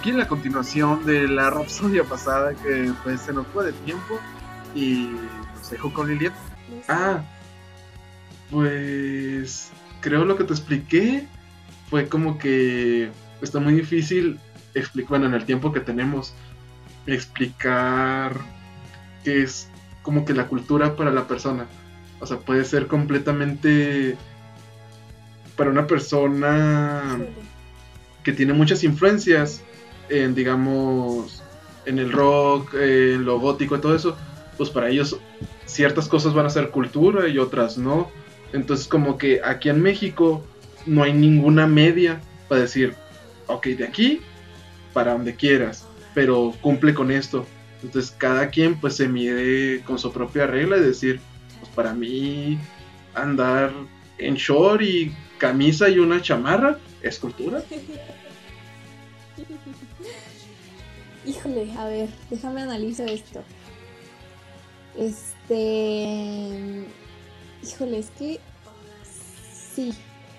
aquí la continuación de la rapsodia pasada, que pues se nos fue de tiempo y nos dejó con Liliet. Ah, pues creo lo que te expliqué fue como que está muy difícil explicar, bueno, en el tiempo que tenemos, explicar qué es como que la cultura para la persona. O sea, puede ser completamente para una persona que tiene muchas influencias en, digamos, en el rock, en lo gótico y todo eso, pues para ellos ciertas cosas van a ser cultura y otras no. Entonces como que aquí en México no hay ninguna media para decir, ok, de aquí para donde quieras, pero cumple con esto. Entonces cada quien pues se mide con su propia regla y decir, pues para mí andar en short y camisa y una chamarra es cultura. Híjole, a ver, déjame analizar esto. Híjole, es que sí.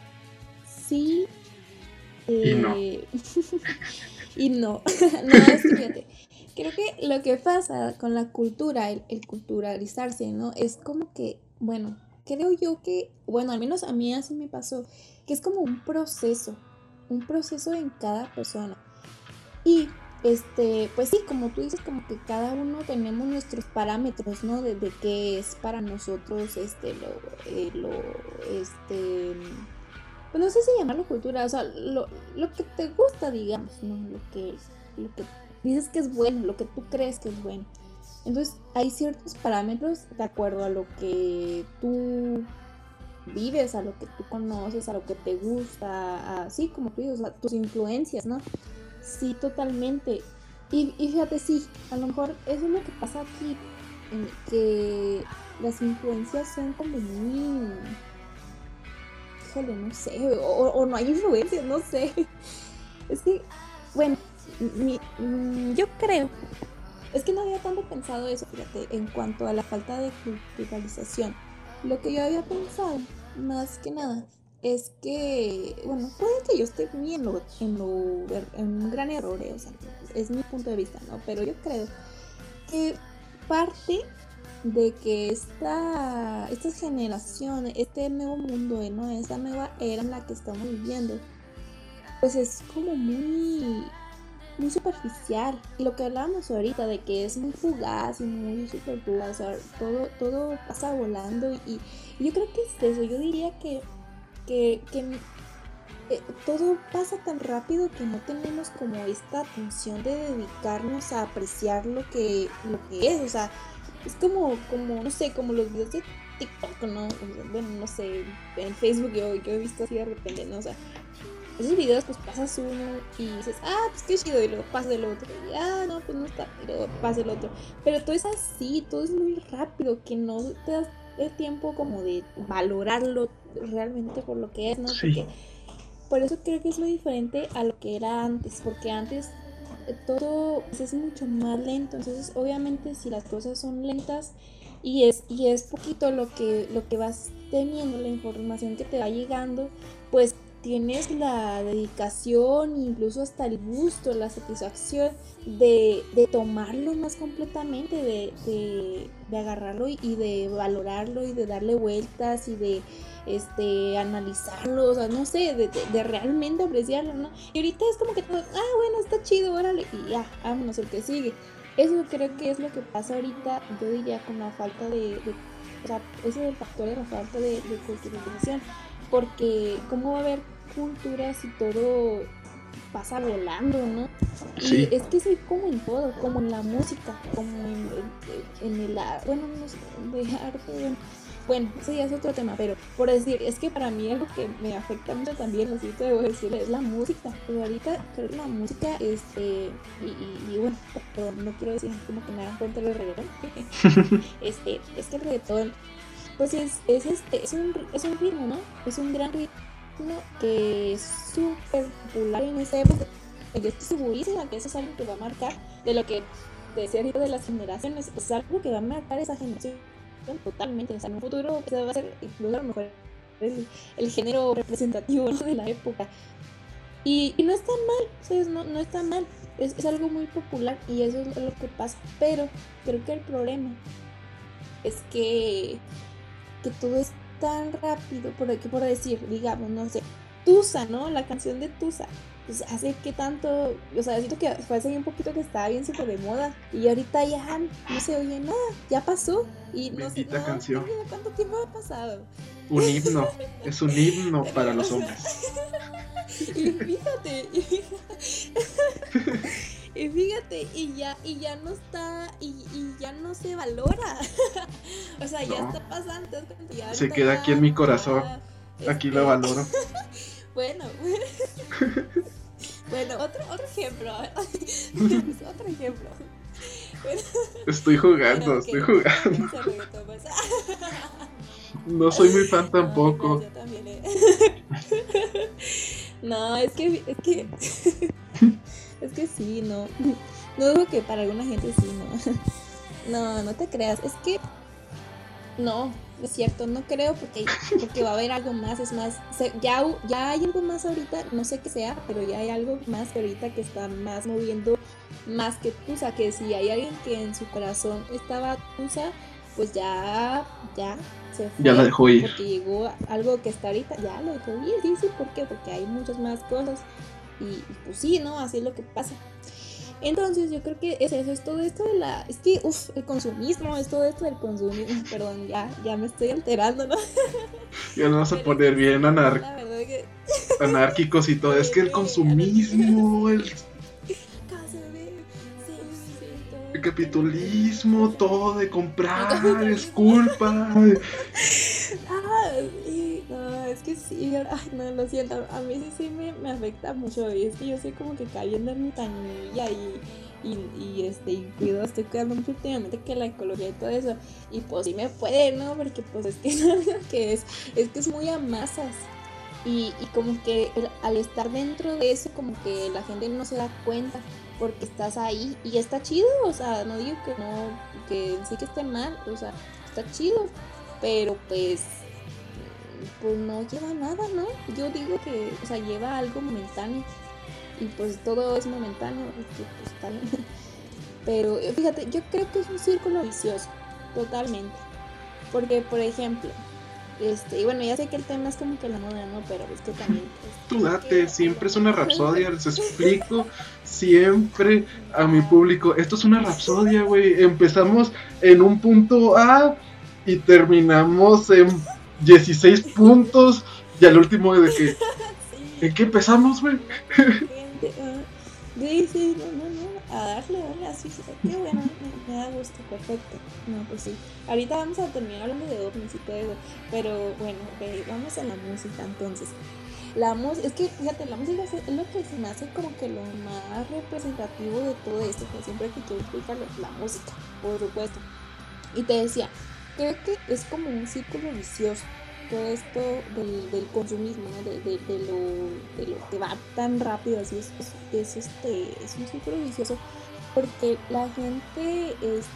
Y no. Y no. No, es que fíjate. Creo que lo que pasa con la cultura, el culturalizarse, ¿no? Es como que, bueno, creo yo que, bueno, al menos a mí así me pasó, que es como un proceso en cada persona. Y pues sí, como tú dices, como que cada uno tenemos nuestros parámetros, ¿no? De qué es para nosotros, pues no sé si llamarlo cultura, o sea, lo que te gusta, digamos, ¿no? Lo que dices que es bueno, lo que tú crees que es bueno. Entonces, hay ciertos parámetros de acuerdo a lo que tú vives, a lo que tú conoces, a lo que te gusta, así como tú dices, a tus influencias, ¿no? Sí, totalmente. Y fíjate, sí, a lo mejor eso es lo que pasa aquí, en que las influencias son como muy, híjole, no sé, o no hay influencias, no sé. Es que, bueno, yo creo, es que no había tanto pensado eso, fíjate, en cuanto a la falta de culturalización. Lo que yo había pensado, más que nada, es que, bueno, puede que yo esté muy en un gran error, o sea, es mi punto de vista, ¿no? Pero yo creo que parte de que esta generación, este nuevo mundo, ¿no? Esta nueva era en la que estamos viviendo, pues es como muy superficial. Y lo que hablábamos ahorita de que es muy fugaz y muy super fugaz, o sea, todo pasa volando y yo creo que es eso. Yo diría que todo pasa tan rápido que no tenemos como esta atención de dedicarnos a apreciar lo que es, o sea, es como no sé, como los videos de TikTok, ¿no? Bueno, no sé, en Facebook yo he visto así de repente, ¿no? O sea, esos videos pues pasas uno y dices, pues qué chido, y luego pasa el otro, y no, pues no está, y luego pasa el otro. Pero todo es así, todo es muy rápido, que no te das el tiempo como de valorarlo realmente por lo que es, ¿no? Sí. Porque por eso creo que es muy diferente a lo que era antes, porque antes todo pues, es mucho más lento, entonces obviamente si las cosas son lentas y es poquito lo que vas teniendo, la información que te va llegando, pues tienes la dedicación, incluso hasta el gusto, la satisfacción de tomarlo más completamente, de agarrarlo y de valorarlo y de darle vueltas y de analizarlo, o sea, no sé, de realmente apreciarlo, ¿no? Y ahorita es como que todo, bueno, está chido, órale, y ya, vámonos, el que sigue. Eso creo que es lo que pasa ahorita, yo diría, con la falta o sea, ese es el factor de la falta de culturalización, porque cómo va a haber culturas si todo pasa volando, ¿no? Y Sí. es que sí, como en todo, como en la música, como en el arte, bueno, no sé, de arte, bueno, ese ya es otro tema, pero por decir, es que para mí algo que me afecta mucho también, así te debo decir, es la música. Pero ahorita creo que la música, y bueno, pero no quiero decir como que me hagan cuenta del reggaetón. Es que el reggaetón, pues es un ritmo, ¿no? Es un gran ritmo que es súper popular en esta época. Yo estoy segurísima que eso es algo que va a marcar de lo que te decía ahorita de las generaciones, es algo que va a marcar esa generación totalmente. O sea, en un futuro se va a ser incluso a lo mejor el género representativo, ¿no? De la época. Y no está mal, ¿sabes? No está mal. Es algo muy popular y eso es lo que pasa. Pero creo que el problema es que todo es tan rápido, por decir, digamos, no sé, Tusa, ¿no? La canción de Tusa. Pues hace que tanto, o sea, siento que fue hace un poquito que estaba bien súper de moda y ahorita ya no se oye nada, ya pasó y no sé, Bendita no canción. tengo idea cuánto tiempo ha pasado. Un himno. Es un himno para Pero, o los sea, hombres. y fíjate, y ya no está, y ya no se valora. O sea, ya No. está pasando, entonces ya Se ahorita queda aquí en mi corazón. Aquí la valoro. bueno, bueno, otro ejemplo. Otro ejemplo. Bueno, Estoy jugando, pero estoy que jugando. no se reggaetón, pues. No soy muy fan No, te creas, tampoco. yo también, No, es que es que sí, no. No digo que para alguna gente sí, no. No te creas, es que no, es cierto, no creo porque va a haber algo más, es más, ya hay algo más ahorita, no sé qué sea, pero ya hay algo más que ahorita que está más moviendo más que Tusa, que si hay alguien que en su corazón estaba Tusa, pues ya se Ya la fue, dejó ir. porque llegó algo que está ahorita, ya lo dejó ir, sí, ¿por qué? Porque hay muchas más cosas y pues sí, ¿no? Así es lo que pasa. Entonces yo creo que es eso, es todo esto es que, el consumismo, es todo esto del consumismo, perdón, ya me estoy alterando, ¿no? Ya nos vas a Pero es que poner bien sí, la verdad que, anárquicos y todo. Es que el consumismo, el todo capitalismo, todo de el comprar, es capitalismo. culpa. Sí, no, es que sí, ay, no, lo siento, a mí sí me afecta mucho, y es que yo soy como que cayendo en mi tañilla y cuido, estoy cuidando mucho últimamente que la ecología y todo eso, y pues sí me puede, ¿no? Porque pues es que es algo que es que es muy a masas. Y como que al estar dentro de eso, como que la gente no se da cuenta porque estás ahí y está chido, o sea, no digo que no, que sí que esté mal, o sea, está chido, pero pues no lleva nada, ¿no? Yo digo que, o sea, lleva algo momentáneo y pues todo es momentáneo, y que, pues está bien. Pero fíjate, yo creo que es un círculo vicioso, totalmente, porque por ejemplo, y bueno, ya sé que el tema es como que la moda, ¿no? Pero es que también Tú hay date, que siempre es una hablar. rapsodia. Les explico siempre a mi público: esto es una rapsodia, güey. Empezamos en un punto A y terminamos en 16 puntos. Y al último, de que, ¿en qué empezamos, güey? Gente, sí, no, a darle, así, qué bueno, me da gusto, perfecto. No, pues sí. Ahorita vamos a terminar hablando de ovnis y todo eso, pero bueno, vamos a la música entonces. La música, es que fíjate, la música es lo que se me hace como que lo más representativo de todo esto, que siempre que quiero explicarlo, la música, por supuesto. Y te decía, creo que es como un círculo vicioso todo esto del consumismo, ¿no? de lo que va tan rápido, así es un círculo vicioso porque la gente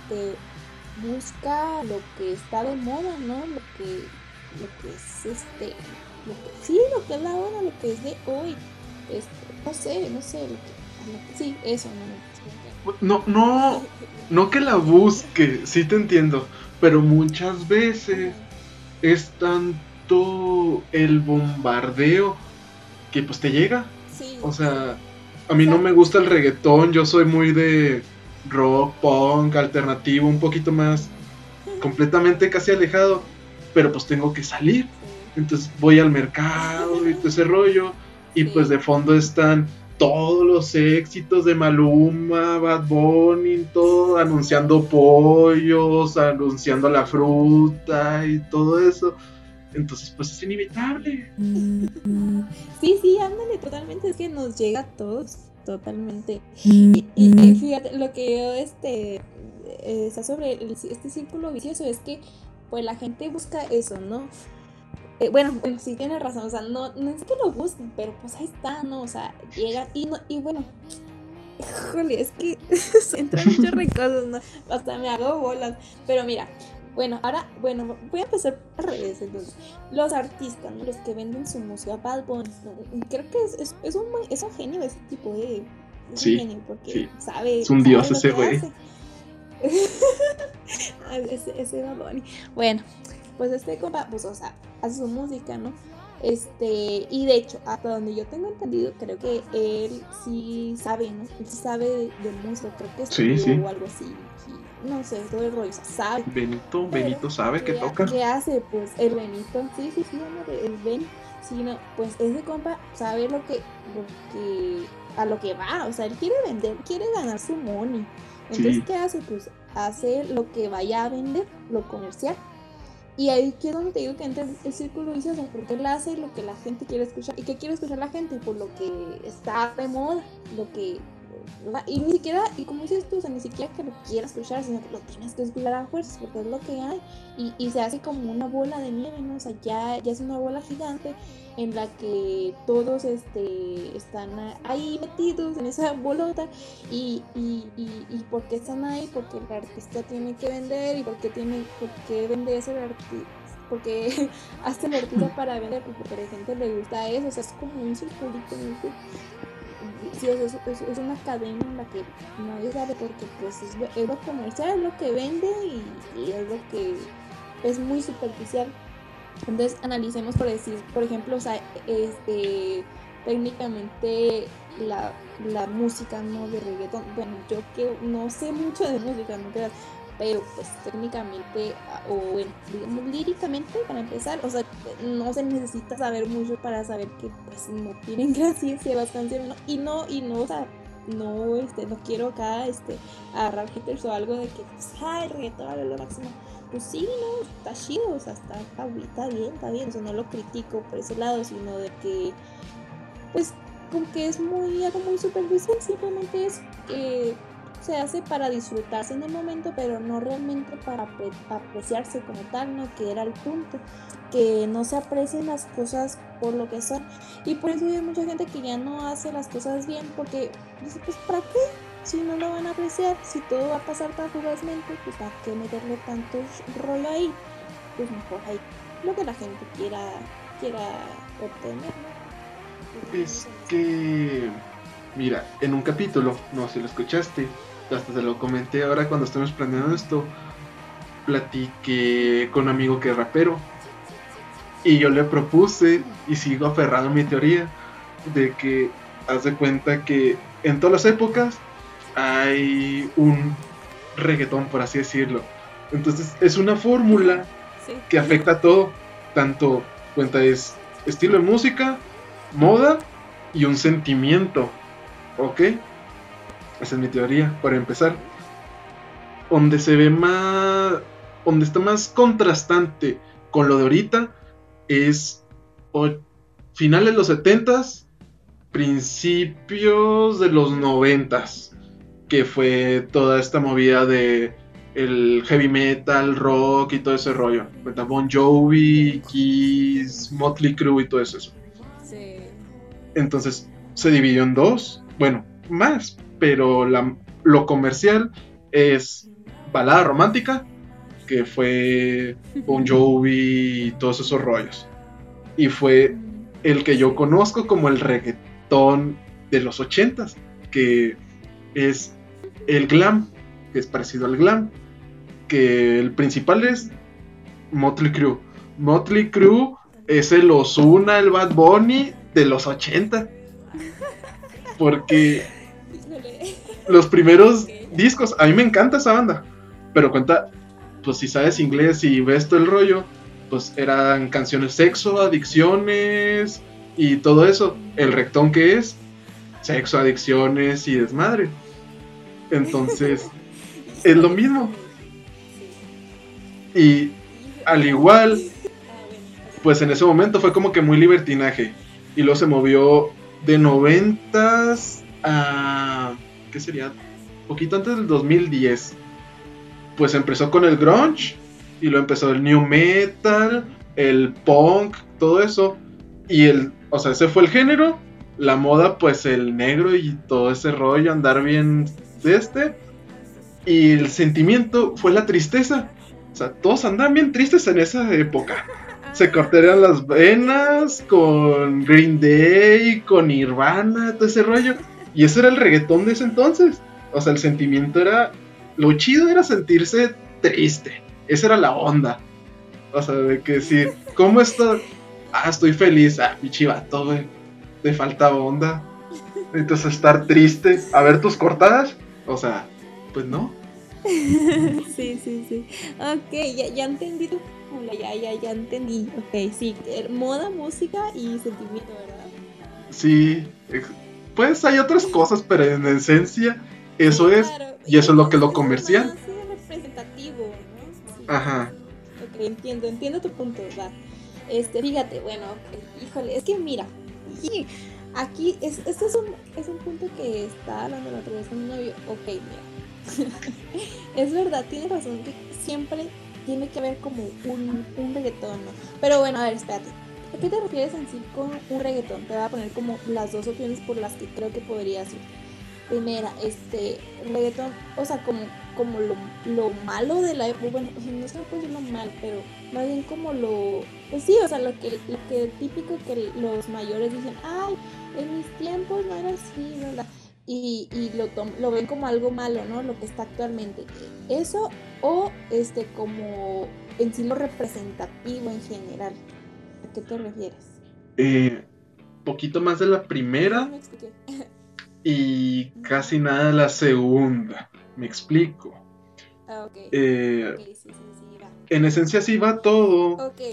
busca lo que está de moda, ¿no? Lo que es lo que es la hora, lo que es de hoy. No sé, sí, eso, No, no que la busque, sí te entiendo. Pero muchas veces Ajá. es tanto el bombardeo que pues te llega. Sí, O sí, sea, a mí no me exacto, gusta el sí. reggaetón, yo soy muy de rock, punk, alternativo, un poquito más, completamente casi alejado, pero pues tengo que salir. Entonces voy al mercado y todo ese rollo, y pues Sí, de fondo están todos los éxitos de Maluma, Bad Bunny, todo anunciando pollos, anunciando la fruta y todo eso. Entonces pues es inevitable. sí, ándale, totalmente, es que nos llega a todos, totalmente. Y fíjate, lo que yo, está sobre este círculo vicioso es que, pues la gente busca eso, ¿no? Bueno, sí tienes razón, o sea, no es que lo busquen, pero pues ahí está, ¿no? O sea, llegan y bueno, híjole, es que se entran muchos recursos, ¿no? Hasta me hago bolas, pero mira. Bueno, ahora, bueno, voy a empezar al revés. Entonces, los artistas, ¿no? Los que venden su música, Bad Bunny, ¿no? Creo que es un genio ese tipo de... Es un Sí, genio porque sí. sabe, Es un sabe dios lo ese que güey. hace. Ese Bad Bunny. Bueno, pues este compa, pues, o sea, hace su música, ¿no? Y de hecho, hasta donde yo tengo entendido, creo que él sí sabe, ¿no? Él sí sabe de música, creo que Sí, estudió sí. o algo así, y no sé, todo el rollo, o sea, sabe. Pero, Benito sabe que toca. ¿qué hace? Pues el Benito, sí, no, el Ben, sí, no, pues ese compa sabe a lo que va, o sea, él quiere vender, quiere ganar su money. Entonces, Sí, ¿qué hace? Pues hace lo que vaya a vender, lo comercial. Y ahí es donde te digo que entra el círculo vicioso, porque él hace lo que la gente quiere escuchar. ¿Y qué quiere escuchar la gente? Por lo que está de moda, lo que... Y ni siquiera, y como dices tú, o sea, ni siquiera que lo quieras escuchar, sino que lo tienes que escuchar a fuerzas, porque es lo que hay. Y se hace como una bola de nieve, ¿no? O sea, ya es una bola gigante en la que todos están ahí metidos en esa bolota. Y por qué están ahí, porque el artista tiene que vender, y por qué vende ese artista, porque hace el artista para vender, porque a la gente le gusta eso, o sea, es como un circulito, ¿no? Sí, es una cadena en la que nadie sabe, porque pues es lo comercial, es lo que vende, y es lo que es muy superficial. Entonces analicemos, por decir, por ejemplo, o sea, técnicamente la música, ¿no? De reggaetón, bueno, yo que no sé mucho de música, no creas, pero pues técnicamente, o bueno, digamos líricamente, para empezar, o sea, no se necesita saber mucho para saber que pues no tienen gracia las canciones, ¿no? O sea, no quiero acá, agarrar haters o algo de que, pues, ay, el reggaetón es lo máximo. Pues sí, no, está chido, o sea, está bien, o sea, no lo critico por ese lado, sino de que, pues, como que es algo muy superficial, simplemente es que se hace para disfrutarse en el momento, pero no realmente para apreciarse como tal, ¿no? Que era el punto, que no se aprecien las cosas por lo que son. Y por eso hay mucha gente que ya no hace las cosas bien, porque dice, pues, ¿para qué? Si no lo van a apreciar, si todo va a pasar tan fugazmente, pues ¿para qué meterle tanto rollo ahí? Pues mejor ahí lo que la gente quiera obtener, ¿no? es que, mira, en un capítulo, no sé si lo escuchaste, hasta te lo comenté ahora cuando estamos planeando esto, platiqué con un amigo que es rapero y yo le propuse, y sigo aferrado a mi teoría, de que haz de cuenta que en todas las épocas hay un reggaetón, por así decirlo. Entonces es una fórmula Sí. que afecta a todo, tanto cuenta es estilo de música, moda y un sentimiento, ¿ok? Esa es mi teoría, para empezar. Donde se ve más, donde está más contrastante con lo de ahorita es finales de los 70s, principios de los 90s, que fue toda esta movida de el heavy metal, rock y todo ese rollo. Cuenta Bon Jovi, Kiss, Motley Crue y todo eso. Sí. Entonces se dividió en dos, bueno, más, pero lo comercial es balada romántica, que fue Bon Jovi y todos esos rollos. Y fue el que yo conozco como el reggaetón de los 80s, que es el glam, que es parecido al glam, que el principal es Motley Crue. Motley Crue es el Ozuna, el Bad Bunny de los 80, porque los primeros discos, a mí me encanta esa banda, pero cuenta, pues si sabes inglés y ves todo el rollo, pues eran canciones sexo, adicciones y todo eso. El reggaetón que es sexo, adicciones y desmadre. Entonces, es lo mismo. Y al igual, pues en ese momento fue como que muy libertinaje. Y luego se movió de 90s a... ¿qué sería? Poquito antes del 2010. Pues empezó con el grunge y luego empezó el new metal, el punk, todo eso. Y o sea, ese fue el género. La moda, pues el negro y todo ese rollo, andar bien de Y el sentimiento fue la tristeza. O sea, todos andaban bien tristes en esa época. Se cortarían las venas con Green Day, con Nirvana, todo ese rollo. Y ese era el reggaetón de ese entonces. O sea, el sentimiento era... Lo chido era sentirse triste. Esa era la onda. O sea, de que decir, ¿cómo estás? Ah, estoy feliz. Ah, mi chivato, güey. Te falta onda. Entonces estar triste. A ver tus cortadas. O sea, pues no. Sí. Ok, ya entendí tu fórmula, ya entendí. Ok, sí, moda, música y sentimiento, ¿verdad? Sí. Pues hay otras cosas, pero en esencia eso Sí, es. claro. Y eso es lo que es lo Es comercial. más representativo, ¿no? Sí. Ajá. Ok, entiendo tu punto, ¿verdad? Fíjate, bueno, ok, híjole, es que mira, aquí este es un punto que está hablando la otra vez con mi novio. Ok, mira, es verdad, tienes razón que siempre tiene que haber como un reggaetón, ¿no? Pero bueno, a ver, espérate. ¿A qué te refieres en sí con un reggaetón? Te voy a poner como las dos opciones por las que creo que podrías ir. Primera, reggaetón, o sea, como lo malo de la época, bueno, no sé por decir lo mal, pero más bien como pues sí, o sea, lo que típico que los mayores dicen, ay, en mis tiempos no era así, ¿verdad? Y lo ven como algo malo, ¿no? Lo que está actualmente. Eso, o como en sí lo representativo en general. ¿A qué te refieres? Poquito más de la No sé si primera me expliqué. y casi nada de la segunda. Me explico. Ah, ok, Eh, sí, va. en esencia sí va todo Ok,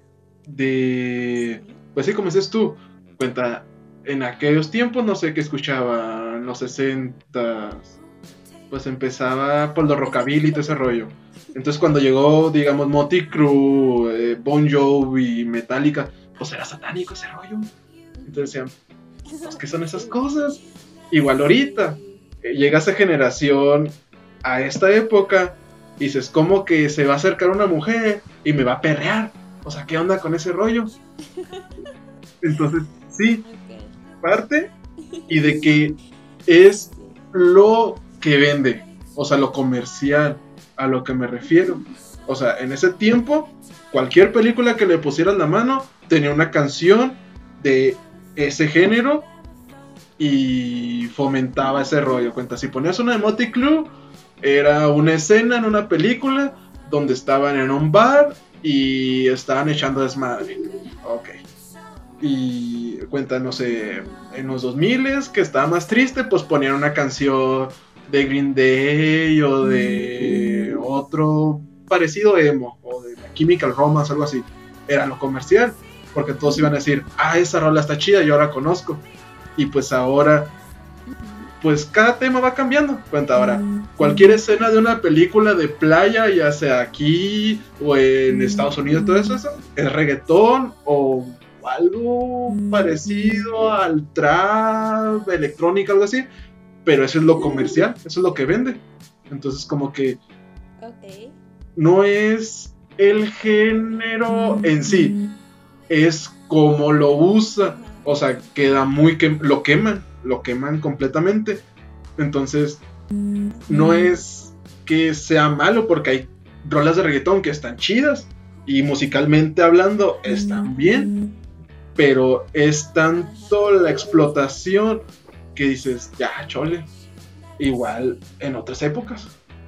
de... sí. Pues sí, como dices tú, cuenta, en aquellos tiempos no sé qué escuchaba, en los 60, pues empezaba por los Es que rockabilly y todo ese híjole. rollo. Entonces cuando llegó, digamos, Motley Crue, Bon Jovi, Metallica, pues era satánico ese rollo. Entonces decían, pues, ¿qué son esas Sí. cosas? Igual ahorita, llega esa generación a esta época y dices, ¿cómo que se va a acercar una mujer y me va a perrear? O sea, ¿qué onda con ese rollo? Entonces, sí, Ok. parte y de que es Sí. lo que vende, o sea, lo comercial, a lo que me refiero. O sea, en ese tiempo, cualquier película que le pusieras la mano tenía una canción de ese género y fomentaba ese rollo. Cuenta, si ponías una de Motley Crue, era una escena en una película donde estaban en un bar y estaban echando desmadre. Ok. Y cuenta, no sé, en los 2000 que estaba más triste, pues ponían una canción de Green Day o de otro parecido emo o de Chemical Romance, algo así. Era lo comercial, porque todos iban a decir, ah, esa rola está chida, yo la conozco. Y pues ahora, pues cada tema va cambiando. Cuenta ahora, cualquier escena de una película de playa, ya sea aquí o en Estados Unidos, todo eso es reggaetón o algo parecido al trap, electrónica, algo así, pero eso es lo comercial, eso es lo que vende. Entonces como que Ok. no es el género en sí, es como lo usa, o sea, queda muy lo queman completamente. Entonces, no es que sea malo porque hay rolas de reggaetón que están chidas y musicalmente hablando están bien, pero es tanto la explotación que dices, ya, chole, igual en otras épocas.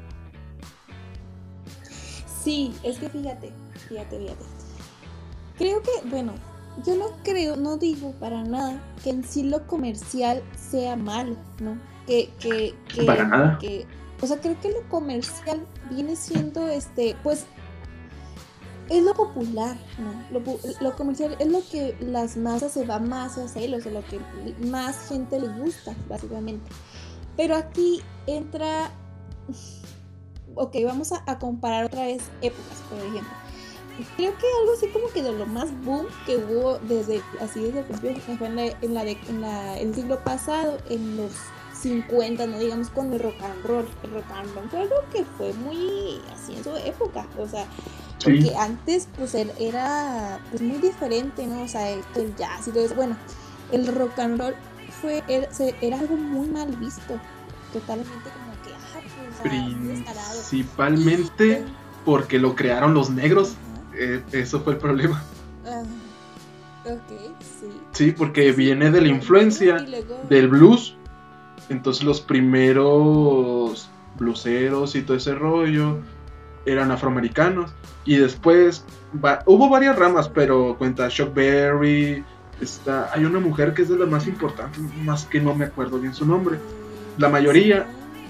Sí, es que fíjate. Creo que, bueno, yo no digo para nada que en sí lo comercial sea malo, ¿no? Para nada. O sea, creo que lo comercial viene siendo, pues, es lo popular, ¿no? Lo comercial es lo que las masas se va más a hacer, o sea, lo que más gente le gusta, básicamente. Pero aquí entra, ok, vamos a comparar otra vez épocas, por ejemplo. Creo que algo así como que de lo más boom que hubo desde el principio fue en el siglo pasado, en los 50, no digamos, con el rock and roll. El rock and roll fue algo que fue muy así en su época, o sea, Sí. porque antes pues era pues muy diferente, ¿no? O sea, el jazz y todo eso. Bueno, el rock and roll era algo muy mal visto, totalmente como que, pues, Principalmente porque lo crearon los negros. Ajá. Eso fue el problema. Ah, ok, sí. Sí, porque Sí, viene de la lo mismo y influencia luego... del blues. Entonces los primeros blueseros y todo ese rollo eran afroamericanos. Y después hubo varias ramas, pero cuenta Chuck Berry. Hay una mujer que es de las más importantes, más que no me acuerdo bien su nombre. La mayoría,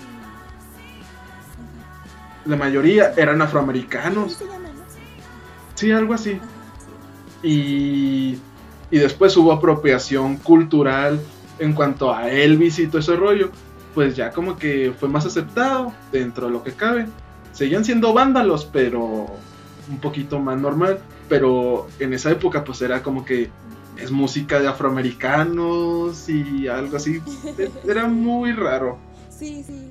la mayoría eran afroamericanos. Sí, se llama, ¿no? Sí, algo así. Ajá, sí. Y después hubo apropiación cultural en cuanto a Elvis y todo ese rollo. Pues ya como que fue más aceptado dentro de lo que cabe. Seguían siendo vándalos, pero un poquito más normal. Pero en esa época pues era como que es música de afroamericanos y algo así. Era muy raro. Sí, sí.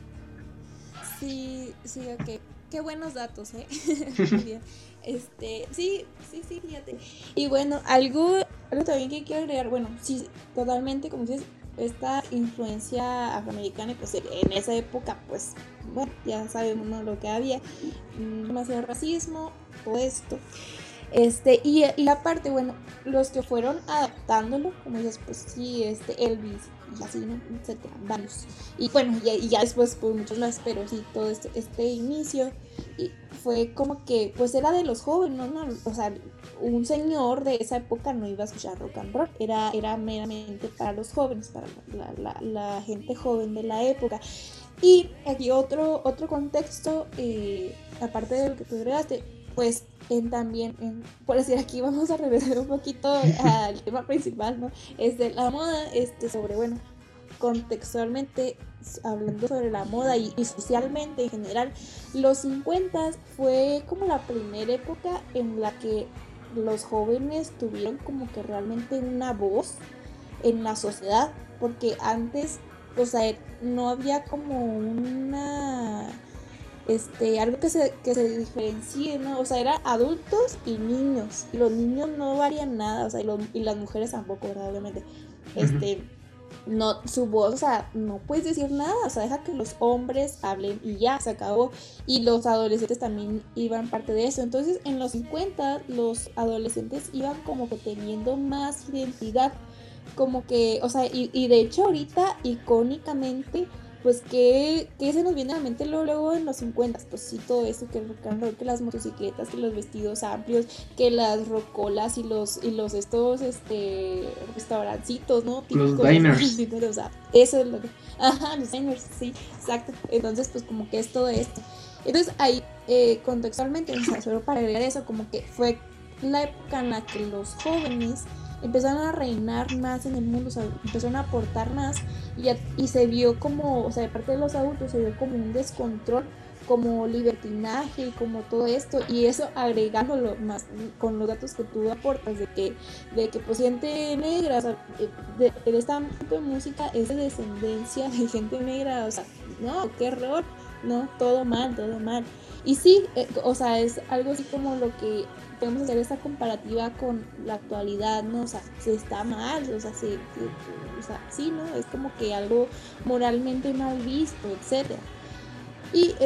Sí, sí, ok. Qué buenos datos, ¿eh? Muy bien. Sí, sí, sí, fíjate. Y bueno, algo también que quiero agregar, bueno, sí, totalmente, como dices, esta influencia afroamericana, y pues en esa época, pues, bueno, ya sabemos, ¿no? Lo que había, demasiado racismo, todo esto. Y aparte, bueno, los que fueron adaptándolo, como dices, pues sí, Elvis y así, ¿no? Etcétera, varios. Y bueno, y ya después, pues muchos más, pero sí, todo este inicio y fue como que, pues era de los jóvenes, ¿no? O sea, un señor de esa época no iba a escuchar rock and roll, era meramente para los jóvenes, para la gente joven de la época. Y aquí otro contexto, aparte de lo que tú agregaste, pues por decir, aquí vamos a regresar un poquito al tema principal, ¿no? Es de la moda, sobre, bueno, contextualmente, hablando sobre la moda y socialmente en general, los 50 fue como la primera época en la que los jóvenes tuvieron como que realmente una voz en la sociedad, porque antes, o sea, no había como algo que se diferencie, ¿no? O sea, era adultos y niños. Y los niños no varían nada, o sea, y las mujeres tampoco, ¿verdad? Obviamente. No, su voz, o sea, no puedes decir nada, o sea, deja que los hombres hablen y ya, se acabó. Y los adolescentes también iban parte de eso. Entonces, en los 50, los adolescentes iban como que teniendo más identidad, como que, o sea, y de hecho ahorita, icónicamente, pues que se nos viene a la mente luego en los 50, pues sí, todo eso, que el rock and roll, que las motocicletas, que los vestidos amplios, que las rocolas y los estos restaurancitos, ¿no? Los Típicos de diners. Estados Unidos, o sea, eso es lo que, ajá, los diners, sí, exacto. Entonces, pues como que es todo esto. Entonces ahí, contextualmente, o sea, solo para agregar eso, como que fue la época en la que los jóvenes empezaron a reinar más en el mundo, o sea, empezaron a aportar más y se vio como, o sea, de parte de los adultos se vio como un descontrol, como libertinaje y como todo esto, y eso agregándolo más con los datos que tú aportas de que pues gente negra, o sea, de esta tipo de música es de descendencia de gente negra, o sea, no, qué error, no, todo mal, todo mal. Y sí, o sea, es algo así como lo que podemos hacer esta comparativa con la actualidad, ¿no? O sea, se está mal, o sea, o sea, sí, ¿no? Es como que algo moralmente mal visto, etcétera. Y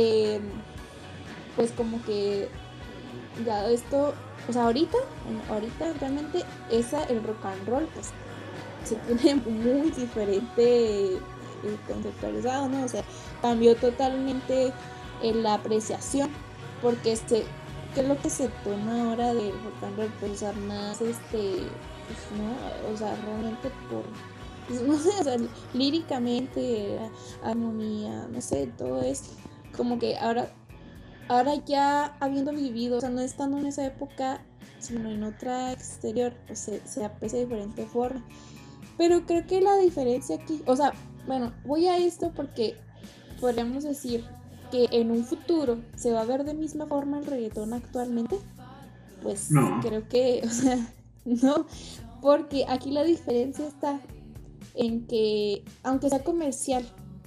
pues como que ya esto, o sea, ahorita realmente el rock and roll, pues se tiene muy diferente conceptualizado, ¿no? O sea, cambió totalmente la apreciación, porque ¿qué es lo que se toma ahora de rock and roll? Pues usar más pues no, o sea, realmente pues, no sé, o sea, líricamente, armonía, no sé, todo esto, como que ahora ya habiendo vivido, o sea, no estando en esa época, sino en otra exterior, pues se aprecia de diferente forma. Pero creo que la diferencia aquí, o sea, bueno, voy a esto porque podríamos decir que en un futuro se va a ver de misma forma el reggaetón actualmente. Pues No. creo que, o sea, no, porque aquí la diferencia está en que, aunque sea comercial,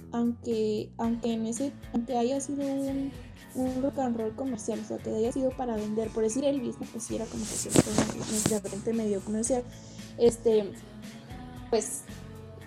aunque haya sido un rock and roll comercial, o sea, que haya sido para vender, por decir Elvis, ¿no? Pues sí era como que siempre de repente medio comercial, pues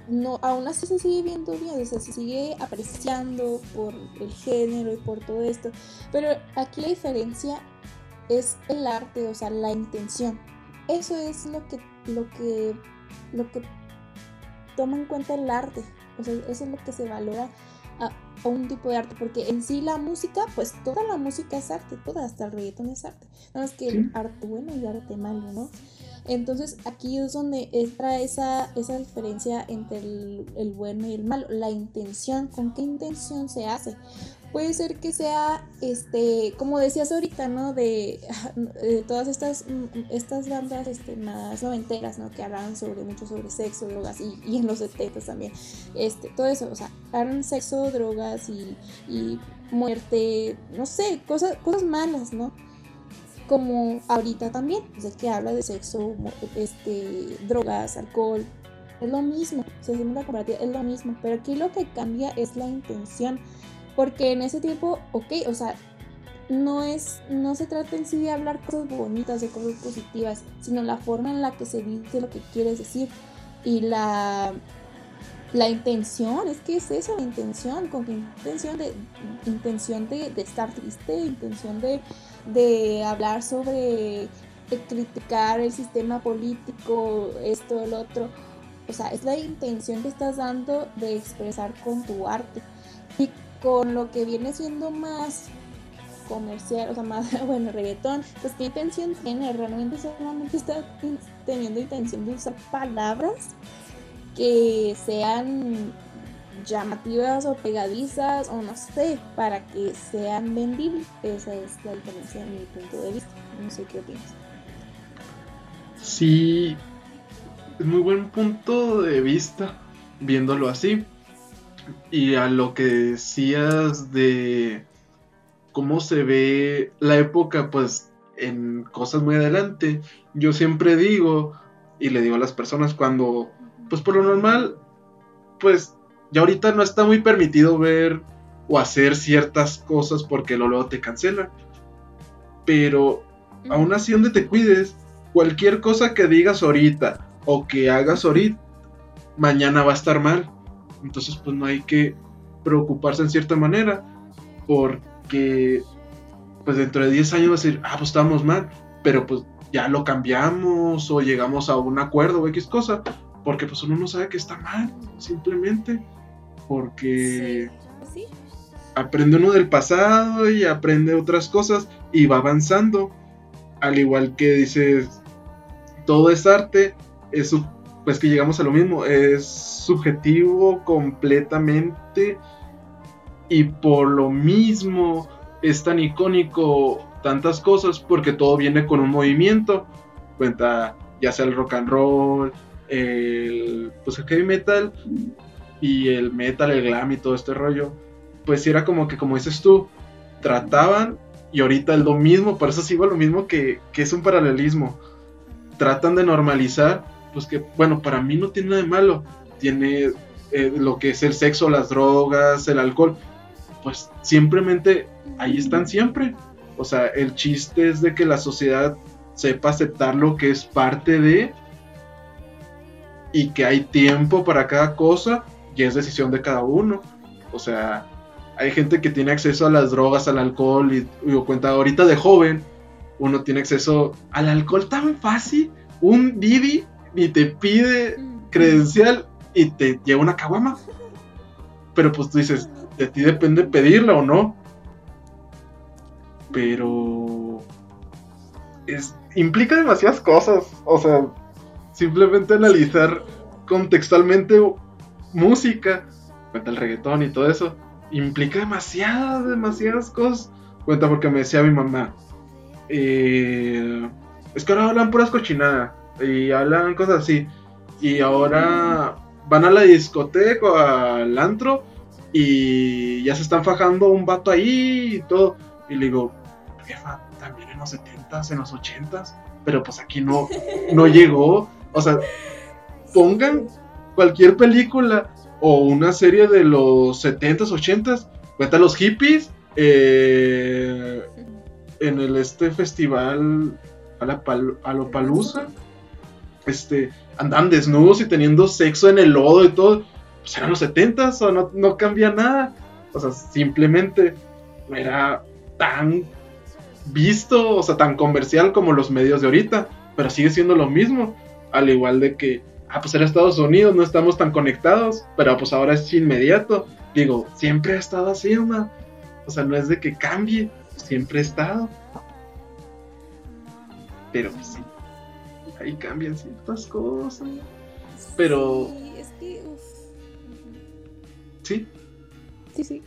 no, aún así se sigue viendo bien, o sea, se sigue apreciando por el género y por todo esto, pero aquí la diferencia es el arte, o sea, la intención. Eso es lo que toma en cuenta el arte, o sea, eso es lo que se valora a un tipo de arte, porque en sí la música, pues toda la música es arte, toda, hasta el reggaetón es arte, nada más que Sí. arte bueno y arte malo, ¿no? Entonces aquí es donde entra esa diferencia entre el bueno y el malo, la intención, con qué intención se hace. Puede ser que sea, como decías ahorita, ¿no? De todas estas bandas más noventeras, ¿no? Que hablan mucho sobre sexo, drogas y en los 70 también. Todo eso, o sea, hablan sexo, drogas y muerte, no sé, cosas malas, ¿no? Como ahorita también, o sea, que habla de sexo, drogas, alcohol, es lo mismo, se hace una comparativa, es lo mismo, pero aquí lo que cambia es la intención, porque en ese tiempo, ok, o sea, no se trata en sí de hablar cosas bonitas, de cosas positivas, sino la forma en la que se dice lo que quieres decir y la intención, es que es eso, la intención, con qué intención de estar triste, intención de hablar sobre, de criticar el sistema político, esto, el otro, o sea, es la intención que estás dando de expresar con tu arte. Y con lo que viene siendo más comercial, o sea, más, bueno, reggaetón, pues qué intención tiene, realmente solamente está teniendo intención de usar palabras que sean llamativas o pegadizas o no sé, para que sean vendibles. Esa es la diferencia en mi punto de vista. No sé qué opinas. Sí, es muy buen punto de vista viéndolo así. Y a lo que decías de cómo se ve la época, pues en cosas muy adelante, yo siempre digo, y le digo a las personas cuando, pues por lo normal, pues ya ahorita no está muy permitido ver o hacer ciertas cosas porque luego te cancelan, pero aún así donde te cuides, cualquier cosa que digas ahorita o que hagas ahorita, mañana va a estar mal. Entonces pues no hay que preocuparse en cierta manera, porque pues dentro de 10 años va a decir, pues estábamos mal, pero pues ya lo cambiamos o llegamos a un acuerdo o X cosa, porque pues uno no sabe que está mal, simplemente porque Sí. aprende uno del pasado y aprende otras cosas y va avanzando, al igual que dices, todo es arte, pues que llegamos a lo mismo, es subjetivo completamente y por lo mismo es tan icónico tantas cosas porque todo viene con un movimiento, cuenta ya sea el rock and roll, pues el heavy metal y el metal, el glam y todo este rollo, pues era como que, como dices tú, trataban y ahorita es lo mismo, por eso sigo lo mismo que es un paralelismo, tratan de normalizar, pues que bueno, para mí no tiene nada de malo, tiene lo que es el sexo, las drogas, el alcohol, pues simplemente ahí están siempre. O sea, el chiste es de que la sociedad sepa aceptar lo que es parte de y que hay tiempo para cada cosa y es decisión de cada uno. O sea, hay gente que tiene acceso a las drogas, al alcohol y cuenta ahorita de joven, uno tiene acceso al alcohol tan fácil, un Didi ni te pide credencial y te lleva una caguama. Pero pues tú dices, de ti depende pedirla o no. Pero implica demasiadas cosas. O sea, simplemente analizar contextualmente música, cuenta el reggaetón y todo eso, implica demasiadas cosas. Cuenta porque me decía mi mamá, es que ahora hablan puras cochinadas y hablan cosas así. Y ahora van a la discoteca o al antro y ya se están fajando un vato ahí y todo. Y le digo, jefa, también en los 70s, en los 80s, pero pues aquí no llegó. O sea, pongan cualquier película o una serie de los 70s, 80s, cuenta los hippies en el festival a Lollapalooza. andaban desnudos y teniendo sexo en el lodo y todo, pues eran los 70s, o no cambia nada. O sea, simplemente no era tan visto, o sea, tan comercial como los medios de ahorita, pero sigue siendo lo mismo, al igual de que, pues era Estados Unidos, no estamos tan conectados, pero pues ahora es inmediato. Digo, siempre ha estado así, ¿no? O sea, no es de que cambie, siempre ha estado. Pero pues sí, ahí cambian ciertas cosas. Pero... Sí, es que... Uf. ¿Sí? Sí.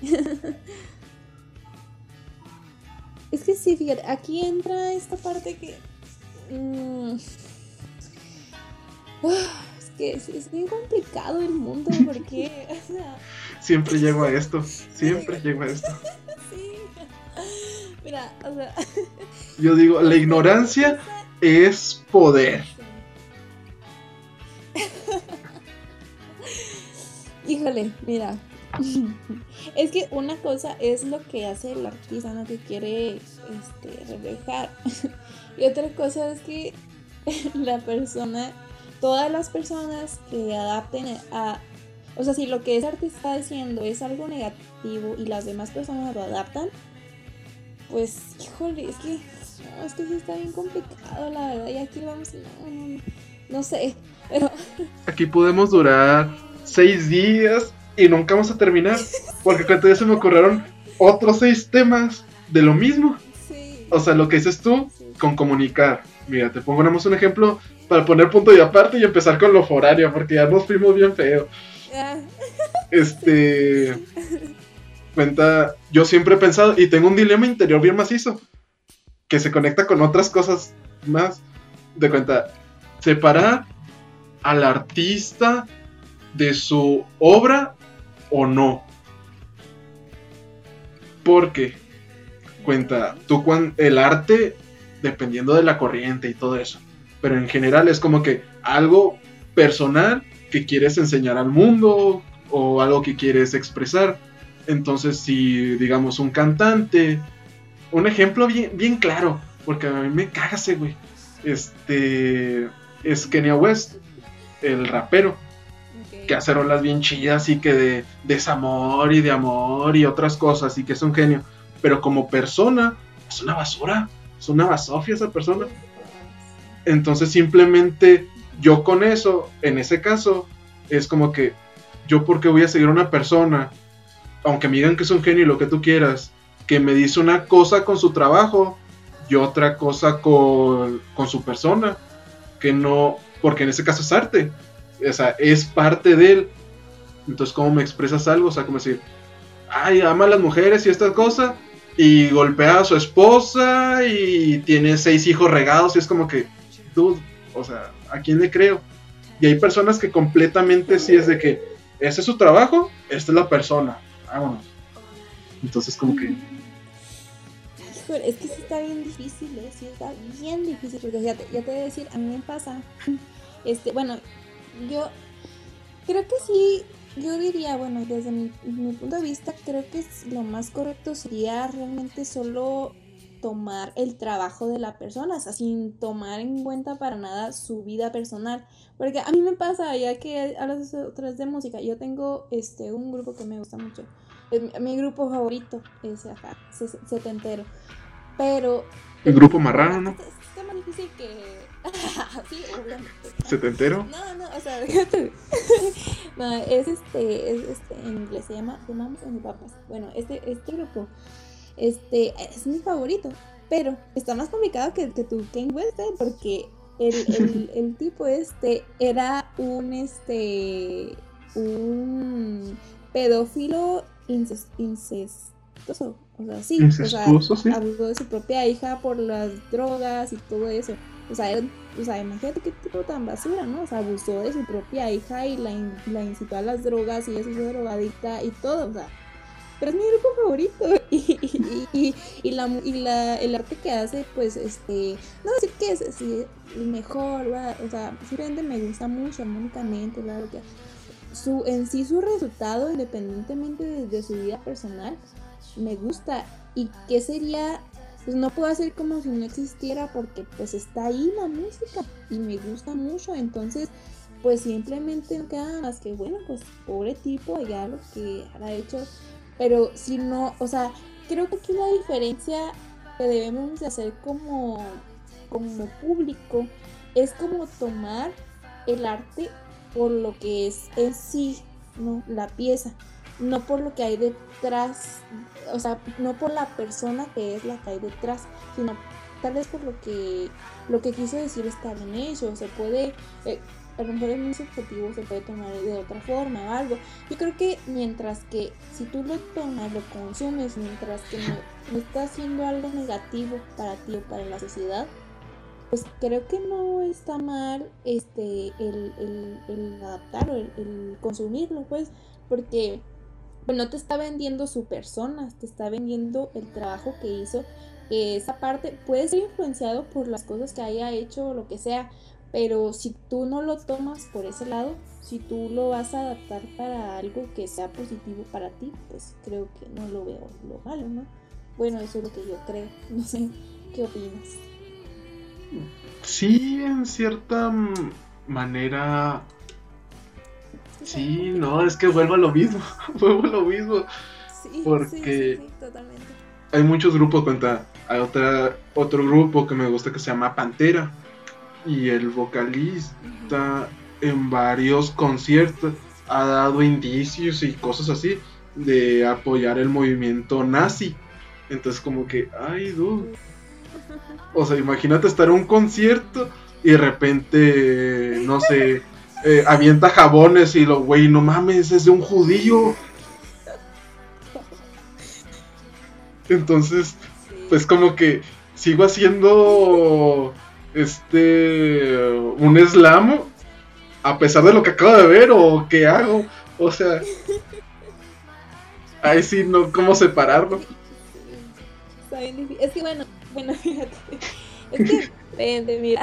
Es que sí, fíjate, aquí entra esta parte que... es que es bien complicado el mundo porque... O sea... Siempre llego a esto. Sí. Mira, o sea... Yo digo, la ignorancia es poder. Híjole, mira. Es que una cosa es lo que hace el artista, ¿no? Que quiere reflejar. Y otra cosa es que la persona, todas las personas que adapten a... O sea, si lo que ese artista está diciendo es algo negativo y las demás personas lo adaptan, pues, híjole, es que sí está bien complicado, la verdad. Y aquí vamos, no sé, pero... Aquí podemos durar 6 días y nunca vamos a terminar, porque cuando ya se me ocurrieron otros 6 temas de lo mismo. Sí. O sea, lo que dices tú con comunicar. Mira, te pongo un ejemplo para poner punto y aparte y empezar con lo forario, porque ya nos fuimos bien feo. Cuenta, yo siempre he pensado, y tengo un dilema interior bien macizo, que se conecta con otras cosas más. De cuenta, separar al artista de su obra o no. Porque, cuenta, tú el arte, dependiendo de la corriente y todo eso, pero en general es como que algo personal que quieres enseñar al mundo o algo que quieres expresar. Entonces, si digamos un cantante, un ejemplo bien claro, porque a mí me caga ese güey, es Kanye West, el rapero, okay, que hace rolas bien chidas y que de desamor y de amor y otras cosas, y que es un genio, pero como persona es una basura, es una basofia esa persona. Entonces simplemente yo con eso, en ese caso, es como que yo porque voy a seguir a una persona, aunque me digan que es un genio y lo que tú quieras, que me dice una cosa con su trabajo y otra cosa con su persona, que no, porque en ese caso es arte, o sea, es parte de él. Entonces, ¿cómo me expresas algo? O sea, como decir, ay, ama a las mujeres y esta cosa, y golpea a su esposa y tiene 6 hijos regados, y es como que, dude, o sea, ¿a quién le creo? Y hay personas que completamente sí es de que ese es su trabajo, esta es la persona, vámonos. Entonces como que... Es que sí está bien difícil, sí está bien difícil, porque ya te voy a decir, a mí me pasa, bueno, yo creo que sí, yo diría, bueno, desde mi punto de vista, creo que lo más correcto sería realmente solo tomar el trabajo de la persona, o sea, sin tomar en cuenta para nada su vida personal, porque a mí me pasa, ya que hablas otras de música, yo tengo un grupo que me gusta mucho, mi grupo favorito es acá, setentero, pero... El grupo marrano, ¿no? Está más difícil que... sí, obviamente. ¿Setentero? No, o sea, fíjate. No, es en inglés se llama The Mamas and the Papas. Bueno, este grupo, es mi favorito, pero está más complicado que tu Kanye West, porque el tipo era un pedófilo incestuoso. O sea, sí, incestuoso, sí, abusó de su propia hija por las drogas y todo eso. O sea, imagínate qué tipo tan basura, ¿no? O sea, abusó de su propia hija y la incitó a las drogas y ella se hizo drogadicta y todo, o sea. Pero es mi grupo favorito el arte que hace, pues, no decir que es así, el mejor, ¿verdad? O sea, simplemente me gusta mucho armónicamente, claro que su resultado, independientemente de su vida personal, me gusta. ¿Y qué sería pues no puedo hacer como si no existiera porque pues está ahí la música y me gusta mucho, entonces pues simplemente no queda más que bueno, pues pobre tipo, ya lo que ha hecho, pero si no, o sea, creo que aquí la diferencia que debemos de hacer como público es como tomar el arte por lo que es en sí, ¿no? La pieza, no por lo que hay detrás, o sea, no por la persona que es la que hay detrás, sino tal vez por lo que quiso decir está bien hecho, se puede, a lo mejor es muy subjetivo, se puede tomar de otra forma o algo. Yo creo que mientras que si tú lo tomas, lo consumes, mientras que no está haciendo algo negativo para ti o para la sociedad, pues creo que no está mal el adaptar o el consumirlo, pues, porque pues no te está vendiendo su persona, te está vendiendo el trabajo que hizo. Esa parte puede ser influenciado por las cosas que haya hecho o lo que sea, pero si tú no lo tomas por ese lado, si tú lo vas a adaptar para algo que sea positivo para ti, pues creo que no lo veo lo malo, ¿no? Bueno, eso es lo que yo creo, no sé, ¿qué opinas? Sí, en cierta manera. Sí, no, es que vuelvo a lo mismo. Vuelvo a lo mismo. Sí, Porque totalmente. hay muchos grupos, cuenta. Hay otro grupo que me gusta que se llama Pantera. Y el vocalista en varios conciertos ha dado indicios y cosas así de apoyar el movimiento nazi. Entonces como que, ay, dude. O sea, imagínate estar en un concierto y de repente, no sé, avienta jabones y lo, güey, no mames, es de un judío. Entonces, pues como que sigo haciendo un slam a pesar de lo que acabo de ver o que hago. O sea, ahí sí, no, ¿cómo separarlo? Está bien difícil. Es que bueno, fíjate. Es que depende, mira.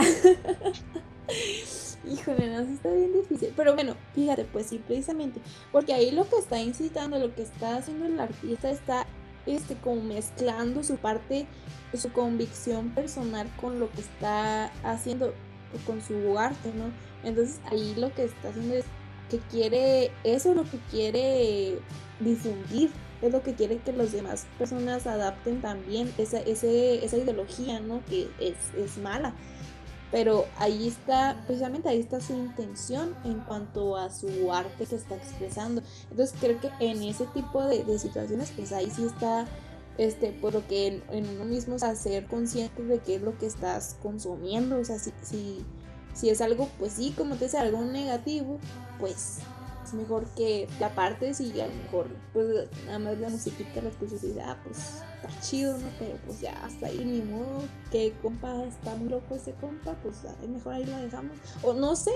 Híjole, no, sí está bien difícil. Pero bueno, fíjate, pues sí, precisamente. Porque ahí lo que está incitando, lo que está haciendo el artista está como mezclando su parte, su convicción personal con lo que está haciendo con su arte, ¿no? Entonces ahí lo que está haciendo es que quiere, eso es lo que quiere difundir, es lo que quiere que las demás personas adapten también esa ideología, ¿no? Que es mala. Pero ahí está, precisamente ahí está su intención en cuanto a su arte que está expresando. Entonces creo que en ese tipo de situaciones, pues ahí sí está, por lo que en uno mismo, o sea, ser consciente de qué es lo que estás consumiendo. O sea, si es algo, pues sí, como te dice, algo negativo, pues es mejor que la apartes y a lo mejor, pues nada más la musiquita la escuchas y dices, pues está chido, ¿no? Pero pues ya hasta ahí, ni modo, que compa, está muy loco ese compa, pues mejor ahí la dejamos. O no sé,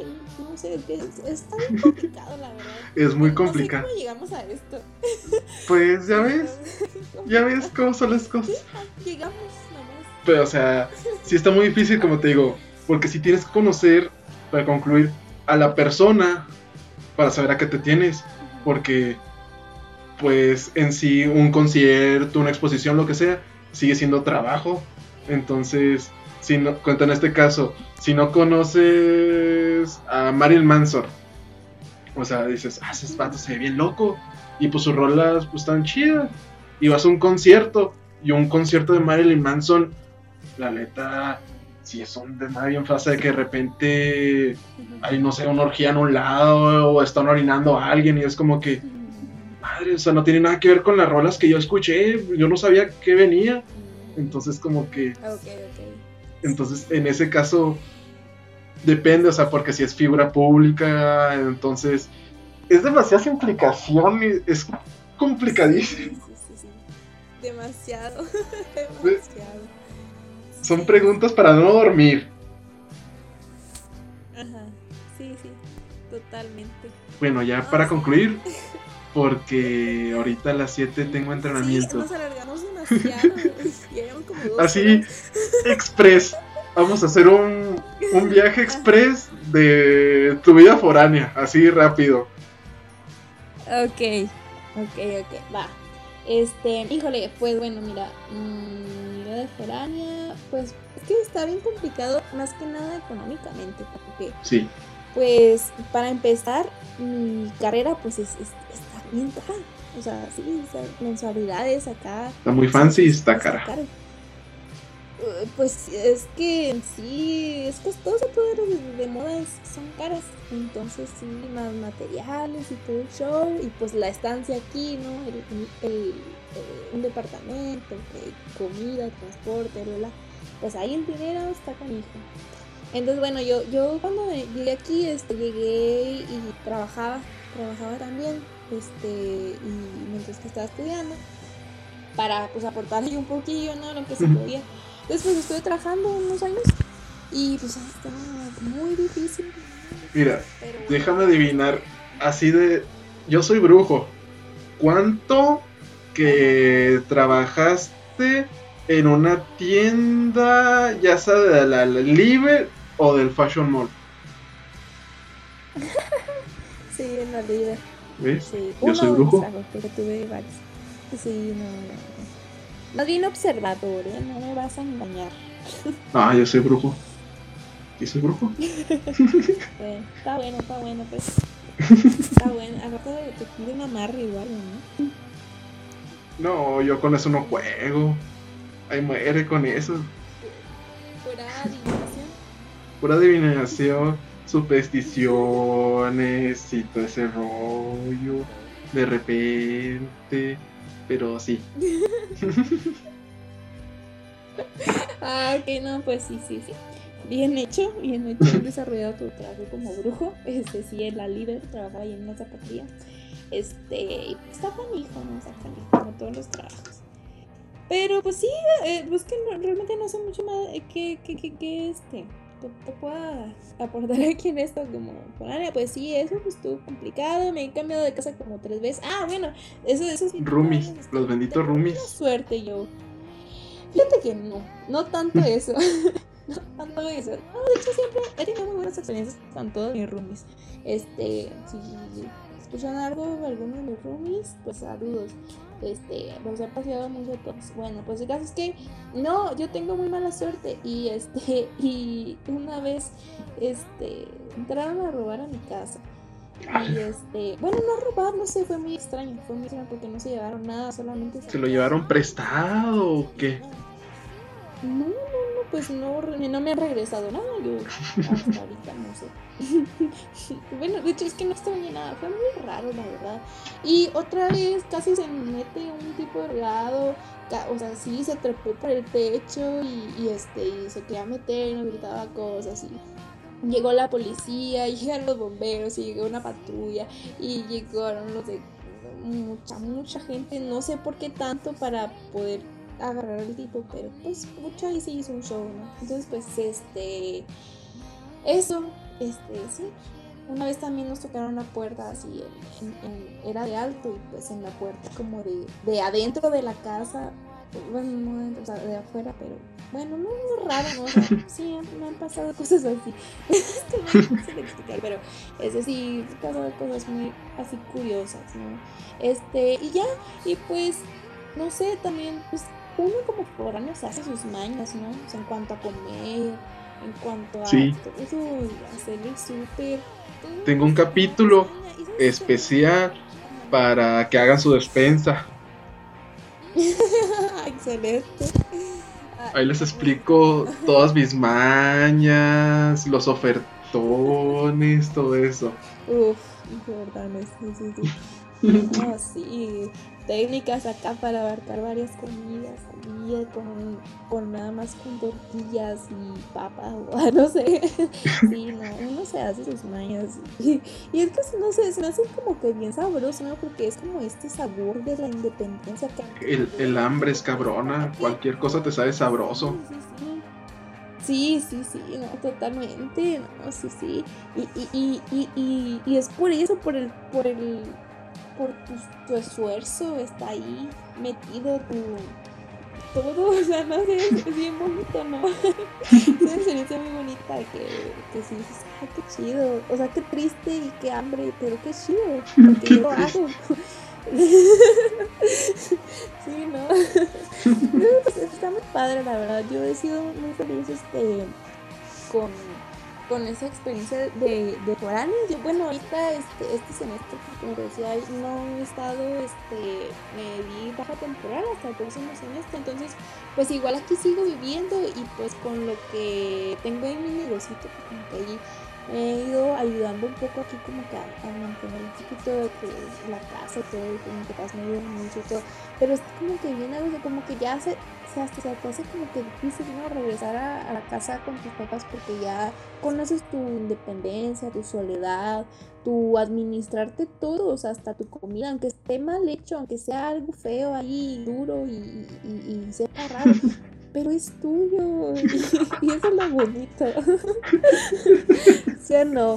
está bien complicado, la verdad. Es muy complicado. No sé cómo llegamos a esto. Pues ya ves cómo son las cosas. Sí, llegamos nomás. Pero o sea, sí está muy difícil, como te digo, porque si tienes que conocer, para concluir, a la persona para saber a qué te tienes, porque pues en sí un concierto, una exposición, lo que sea, sigue siendo trabajo. Entonces, si no, cuenta en este caso, si no conoces a Marilyn Manson, o sea, dices, ese vato se ve bien loco, y pues sus rolas pues están chidas, y vas a un concierto, y un concierto de Marilyn Manson, la neta, si es un desmadre bien fácil de que de repente hay, no sé, una orgía en un lado o están orinando a alguien y es como que, madre, o sea, no tiene nada que ver con las rolas que yo escuché, yo no sabía que venía. Entonces como que entonces en ese caso depende, o sea, porque si es figura pública, entonces es demasiadas implicaciones, es complicadísimo. Sí. Demasiado. Son preguntas para no dormir. Ajá, sí, totalmente. Bueno, ya para concluir, porque ahorita a las 7 tengo entrenamiento. Sí, nos alargamos demasiado. Llevan como 2 Así, horas. express. Vamos a hacer un viaje express de tu vida foránea, así rápido. Ok, va. Híjole, pues bueno, mira, mi vida de foránea, pues es que está bien complicado, más que nada económicamente, porque Sí. pues para empezar, mi carrera pues está bien cara, o sea, sí, o sea, mensualidades acá, Está muy sí, fancy y sí, está está cara. caro. Pues es que en sí es costoso, todo lo de moda son caras, entonces sí, más materiales y todo el show, y pues la estancia aquí, ¿no? Un departamento, comida, transporte, bla, bla. Pues ahí el dinero está canijo. Entonces bueno, yo cuando llegué aquí, llegué y trabajaba también, y mientras que estaba estudiando, para pues aportarle un poquillo, ¿no? Lo que se podía. Después estuve trabajando unos años y pues está muy difícil. Mira, Pero bueno, déjame adivinar, así de... Yo soy brujo. ¿Cuánto que trabajaste en una tienda, ya sea de la Libre o del Fashion Mall? sí, en la vida. ¿Ves? Sí, Yo soy uno de mis brujo. trabajos, porque tuve varios. Sí, no. Más bien observador, ¿eh? No me vas a engañar. Ah, yo soy brujo. ¿Sí soy brujo? Está bueno, pues. Está bueno. Al rato te pide un amarre igual, ¿no? No, yo con eso no juego. Ahí muere con eso. Pura adivinación. Pura adivinación, supersticiones y todo ese rollo. De repente. Pero sí. Ah, ok, no, pues sí. Bien hecho, bien desarrollado tu trabajo como brujo. Sí, en la líder, trabajaba ahí en una zapatería. Está canijo, ¿no? Está canijo, como todos los trabajos. Pero pues sí, pues que realmente no sé mucho más que te pueda aportar aquí en esto como foránea. Pues sí, eso pues estuvo complicado. Me he cambiado de casa como 3 veces. Ah, bueno, eso sí, Roomies, los benditos tengo mucha roomies. suerte yo. Fíjate que no tanto eso. No tanto eso. No, de hecho siempre he tenido muy buenas experiencias con todos mis roomies. Si escuchan alguno de mis roomies, pues saludos. Los he paseado mucho a todos. Bueno, pues el caso es que no, yo tengo muy mala suerte y y una vez entraron a robar a mi casa. Y bueno, no robar, no sé, fue muy extraño porque no se llevaron nada, solamente ¿Se lo llevaron prestado o qué? No, pues no me han regresado nada, yo hasta ahorita no sé. Bueno, de hecho es que no extrañé nada, fue muy raro la verdad. Y otra vez casi se mete un tipo de regado, o sea, sí, se trepó por el techo y se quería meter y nos gritaba cosas y llegó la policía, y llegaron los bomberos y llegó una patrulla y llegaron los de mucha gente, no sé por qué tanto para poder agarrar al tipo, pero pues mucho ahí se hizo un show, ¿no? Entonces pues eso, sí. Una vez también nos tocaron la puerta así, era de alto y pues en la puerta como de adentro de la casa, bueno, no adentro, o sea, de afuera, pero bueno, no es raro, ¿no? O sea, sí, me han pasado cosas así. Es que no es fácil de explicar, pero sí, he pasado cosas muy así curiosas, ¿no? Y ya, y pues, no sé, también, pues, uno como foráneo se hace sus mañas, ¿no? O sea, en cuanto a comer, en cuanto a Sí. todo eso, hacer el súper. Tengo un capítulo especial para que hagan su despensa. Excelente. Ahí les explico todas mis mañas, los ofertones, todo eso. Uf, Jordanes, sí. No, sí, técnicas acá para abarcar varias comidas, con nada más con tortillas y papas, o no sé. Sí, no, uno se hace sus mañas. Y es que, no sé, se me hace como que bien sabroso, ¿no? Porque es como este sabor de la independencia que... El hambre es cabrona, cualquier cosa te sabe sabroso. Sí, no, totalmente, no, sí. Y es por eso, por tu esfuerzo está ahí metido todo, o sea, no sé, es bien bonito, ¿no? Es una experiencia muy bonita que sí dices, ay, qué chido, o sea, qué triste y qué hambre, pero qué chido, porque yo lo hago. Sí, ¿no? Pues está muy padre, la verdad. Yo he sido muy feliz con esa experiencia de foráneo. Bueno, ahorita este semestre, como te decía, no he estado, me di baja temporal hasta el próximo semestre, entonces pues igual aquí sigo viviendo y pues con lo que tengo en mi negocito, pues como que ahí me he ido ayudando un poco aquí como que a mantener un poquito de que la casa y todo, y como que papás me ayudan mucho y todo, pero es como que viene algo como que ya hasta se te hace como que difícil, ¿no? Regresar a la casa con tus papás porque ya conoces tu independencia, tu soledad, tu administrarte todo, o sea, hasta tu comida, aunque esté mal hecho, aunque sea algo feo ahí, duro y sepa raro, pero es tuyo y eso es lo bonito. ¿Sí o no?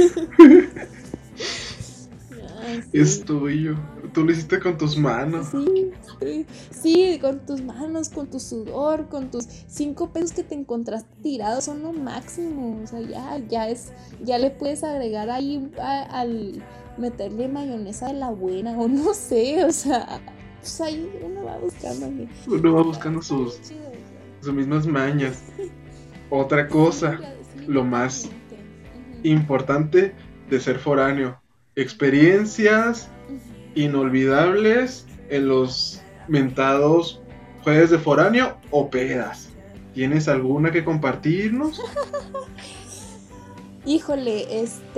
Ay, sí. Es tuyo. Tú lo hiciste con tus manos. Sí, con tus manos, con tu sudor, con tus 5 pesos que te encontraste tirados, son lo máximo. O sea, ya le puedes agregar ahí al meterle mayonesa de la buena, o no sé, o sea, pues ahí uno va buscando. Uno va buscando sus mismas mañas. Otra cosa, lo más importante de ser foráneo: experiencias inolvidables en los mentados jueves de foráneo o pedas. ¿Tienes alguna que compartirnos? Híjole,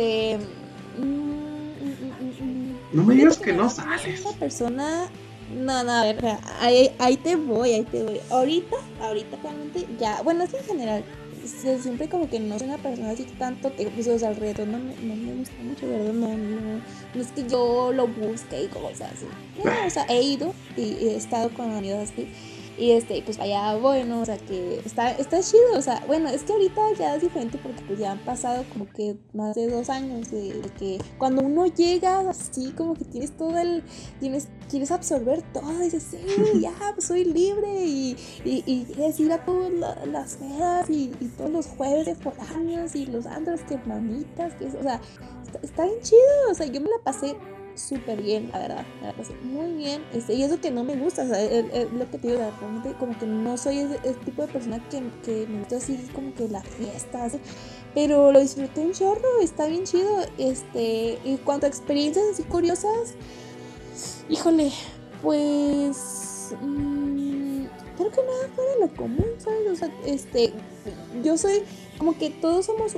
No me digas que no sales. Esa persona. No, a ver, ahí te voy. Ahorita actualmente ya, bueno, es que en general, siempre como que no soy una persona así tanto que pues, o sea, alrededor no me gusta mucho, ¿verdad? No es que yo lo busque y cosas así. No, o sea, he ido y he estado con amigos así. Y pues allá voy, ¿no? O sea, que está chido, o sea, bueno, es que ahorita ya es diferente porque pues ya han pasado como que más de 2 años de que cuando uno llega así como que tienes quieres absorber todo y dices, sí, ya, pues soy libre y quieres ir a todas las pedas y todos los jueves de foráneos y los antros que mamitas, o sea, está bien chido, o sea, yo me la pasé súper bien, la verdad, me la pasé muy bien, y eso que no me gusta, o sea, lo que te digo, realmente como que no soy ese tipo de persona que me gusta así como que la fiesta, así, pero lo disfruté un chorro, está bien chido, y cuanto a experiencias así curiosas, híjole, pues, creo que nada fuera de lo común, ¿sabes? O sea, yo soy, como que todos somos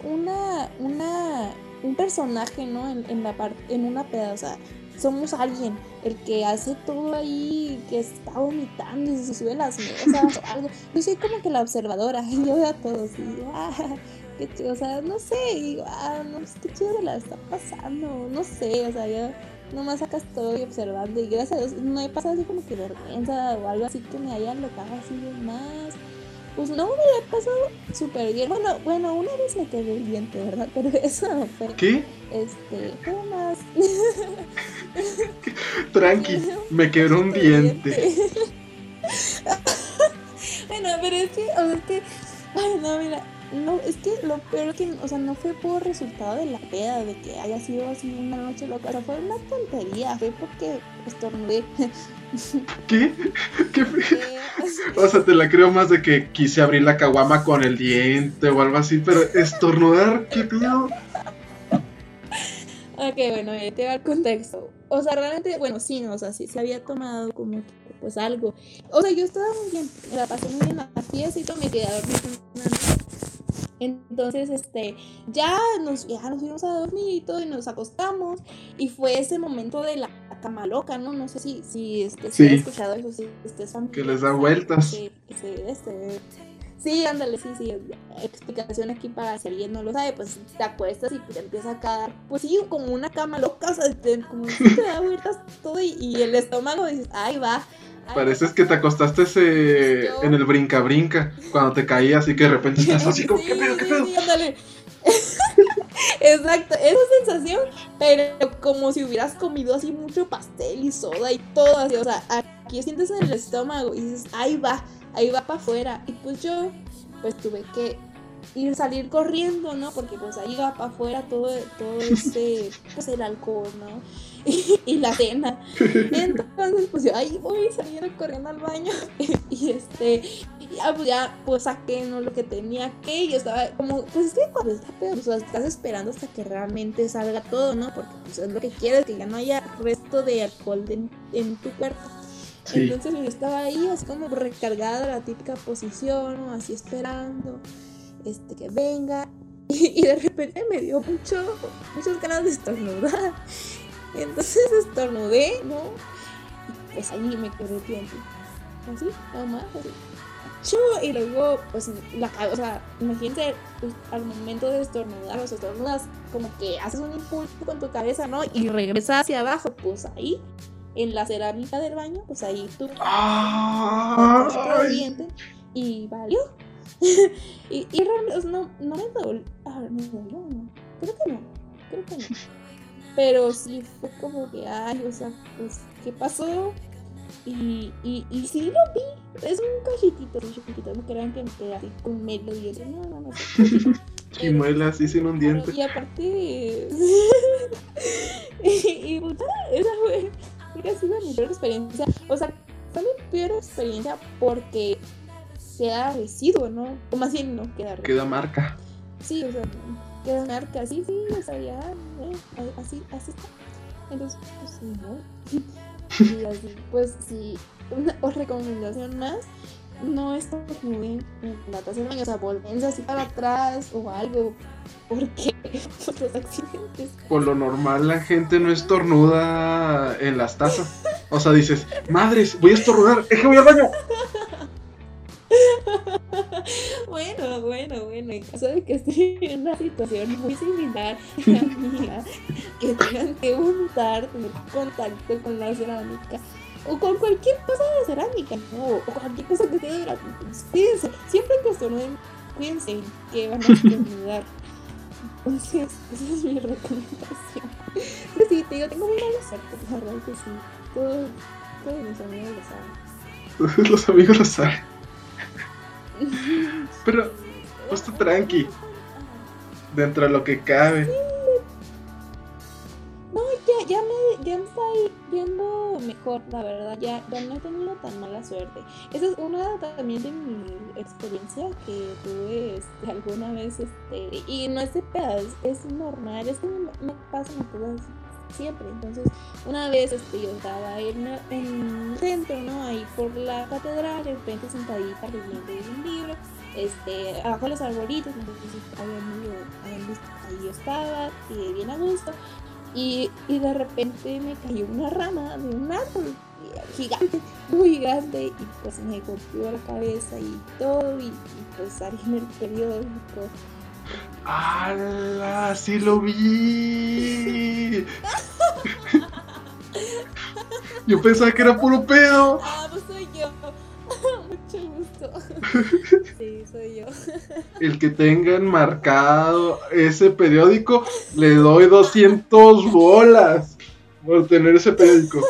un personaje, ¿no? En una peda, o sea, somos alguien, el que hace todo ahí, que está vomitando y se sube las mesas o algo. Yo soy como que la observadora, y yo veo a todos y digo, qué chido, o sea, no sé, y digo, no, pues qué chido la está pasando, no sé, o sea, yo nomás acá estoy observando y gracias a Dios no he pasado así como que vergüenza o algo así que me haya alocado así de más. Pues no, me la he pasado súper bien. Bueno, una vez me quedé el diente, ¿verdad? Pero eso no fue. ¿Qué? ¿Cómo más? Tranqui, me quebró un diente. Bueno, pero es que, ay, no, mira, no, es que lo peor que, o sea, no fue por resultado de la peda, de que haya sido así una noche loca, o sea, fue una tontería, fue porque estornudé. ¿Qué? O sea, te la creo más de que quise abrir la caguama con el diente o algo así, pero estornudar, ¿qué pedo? Ok, bueno, te va el contexto. O sea, realmente, bueno, sí, no, o sea, sí se había tomado como que, pues algo. O sea, yo estaba muy bien, me la pasé muy bien la fiesta y todo, me quedé a dormir con una amiga. Entonces, ya nos fuimos a dormir y todo, y nos acostamos, y fue ese momento de la cama loca, ¿no? No sé si Sí. has escuchado eso, si Que les da vueltas. Sí, ándale, sí, explicación aquí para si alguien no lo sabe, pues te acuestas y te empieza a caer, pues sí, como una cama loca, o sea, como si te da vueltas todo y el estómago dices, ahí va. Pareces que te acostaste en el brinca-brinca cuando te caías y que de repente estás así como, ¿qué pedo? Sí, ándale. Exacto, esa sensación, pero como si hubieras comido así mucho pastel y soda y todo así, o sea, aquí sientes en el estómago y dices, ahí va para afuera, y pues yo, pues tuve que y salir corriendo, ¿no? Porque pues ahí va para afuera todo ese, pues el alcohol, ¿no? Y la cena. Entonces, pues yo ahí voy saliendo corriendo al baño y ya pues saqué, ¿no? Lo que tenía que, y yo estaba como, pues es que cuando está pedo, o sea, estás esperando hasta que realmente salga todo, ¿no? Porque pues es lo que quieres, que ya no haya resto de alcohol en tu cuerpo. Sí. Entonces yo estaba ahí así como recargada, la típica posición, ¿no? Así esperando que venga, y de repente me dio muchas ganas de estornudar. Entonces estornudé, ¿no? Y pues ahí me quedé tiempo. Así, nada más, así. Y luego, pues, o sea, imagínate, pues, al momento de estornudar, o sea, estornudas como que haces un impulso con tu cabeza, ¿no? Y regresa hacia abajo, pues ahí, en la cerámica del baño, pues ahí tú sacas el diente y valió. y realmente no me dolió. A ver, ¿me dolió o no? Creo que no. Pero sí fue como que, ay, o sea, pues, ¿qué pasó? Y sí lo vi. Es un cachitito, no crean que me quedé así con medio diente. No. Chimuela así sin un diente. Y aparte. y puta, esa fue casi mi peor experiencia. O sea, fue mi peor experiencia porque queda residuo, ¿no? O más bien no queda residuo. Queda marca. Sí, o sea, queda marca, sí, o sea, ya, así está. Entonces, pues sí, ¿no? Y así, pues sí, una recomendación más, no estornuden en la taza del baño, o sea, volvense así para atrás o algo, porque por los accidentes. Por lo normal la gente no estornuda en las tazas. O sea, dices, madres, voy a estornudar, es que voy al baño. Bueno, en caso de que esté en una situación muy similar a la mía, que tengan que untar, tener contacto con la cerámica o con cualquier cosa de cerámica, ¿no? O cualquier cosa que esté durante, cuídense, siempre que estornuden, cuídense que van a estornudar. Entonces, esa es mi recomendación. Sí, te digo, tengo muy mala suerte, la verdad que sí. Todos mis amigos lo saben. Los amigos lo saben. Pero, pues tú tranqui. Dentro de lo que cabe. Sí. No, ya me está yendo mejor, la verdad. Ya no he tenido tan mala suerte. Esa es una también de mi experiencia que tuve alguna vez. Y no es de pedas, es normal. Es que me pasan cosas siempre. Entonces, una vez yo estaba en el centro, ¿no? Ahí por la catedral, de repente sentadita leyendo un libro, abajo de los arbolitos, entonces habían visto, ahí yo estaba, bien a gusto, y de repente me cayó una rama de un árbol gigante, muy grande, y pues me golpeó la cabeza y todo, y pues salí en el periódico. ¡Hala! ¡Sí lo vi! Yo pensaba que era puro pedo. Pues soy yo. Mucho gusto. Sí, soy yo. El que tengan marcado ese periódico, le doy 200 bolas por tener ese periódico.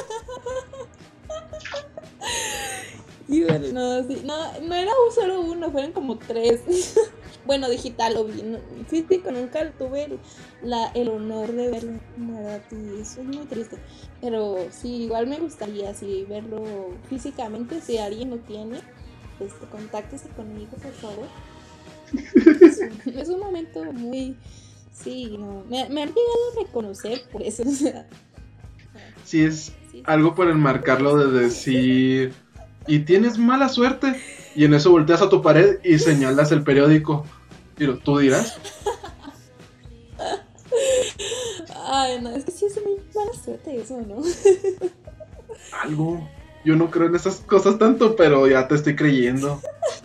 Y bueno, no era solo uno, fueron como 3. Bueno, digital lo vi, físico nunca tuve el honor de verlo, ¿verdad? Y eso es muy triste. Pero sí, igual me gustaría verlo físicamente, si alguien lo tiene, contáctese conmigo, por favor. Es un momento muy... Sí, no, me han llegado a reconocer por eso, o sea... Sí, es algo para enmarcarlo de decir... Y tienes mala suerte. Y en eso volteas a tu pared y señalas el periódico. Pero tú dirás. Ay, no, es que sí es muy mala suerte eso, ¿no? Algo. Yo no creo en esas cosas tanto, pero ya te estoy creyendo.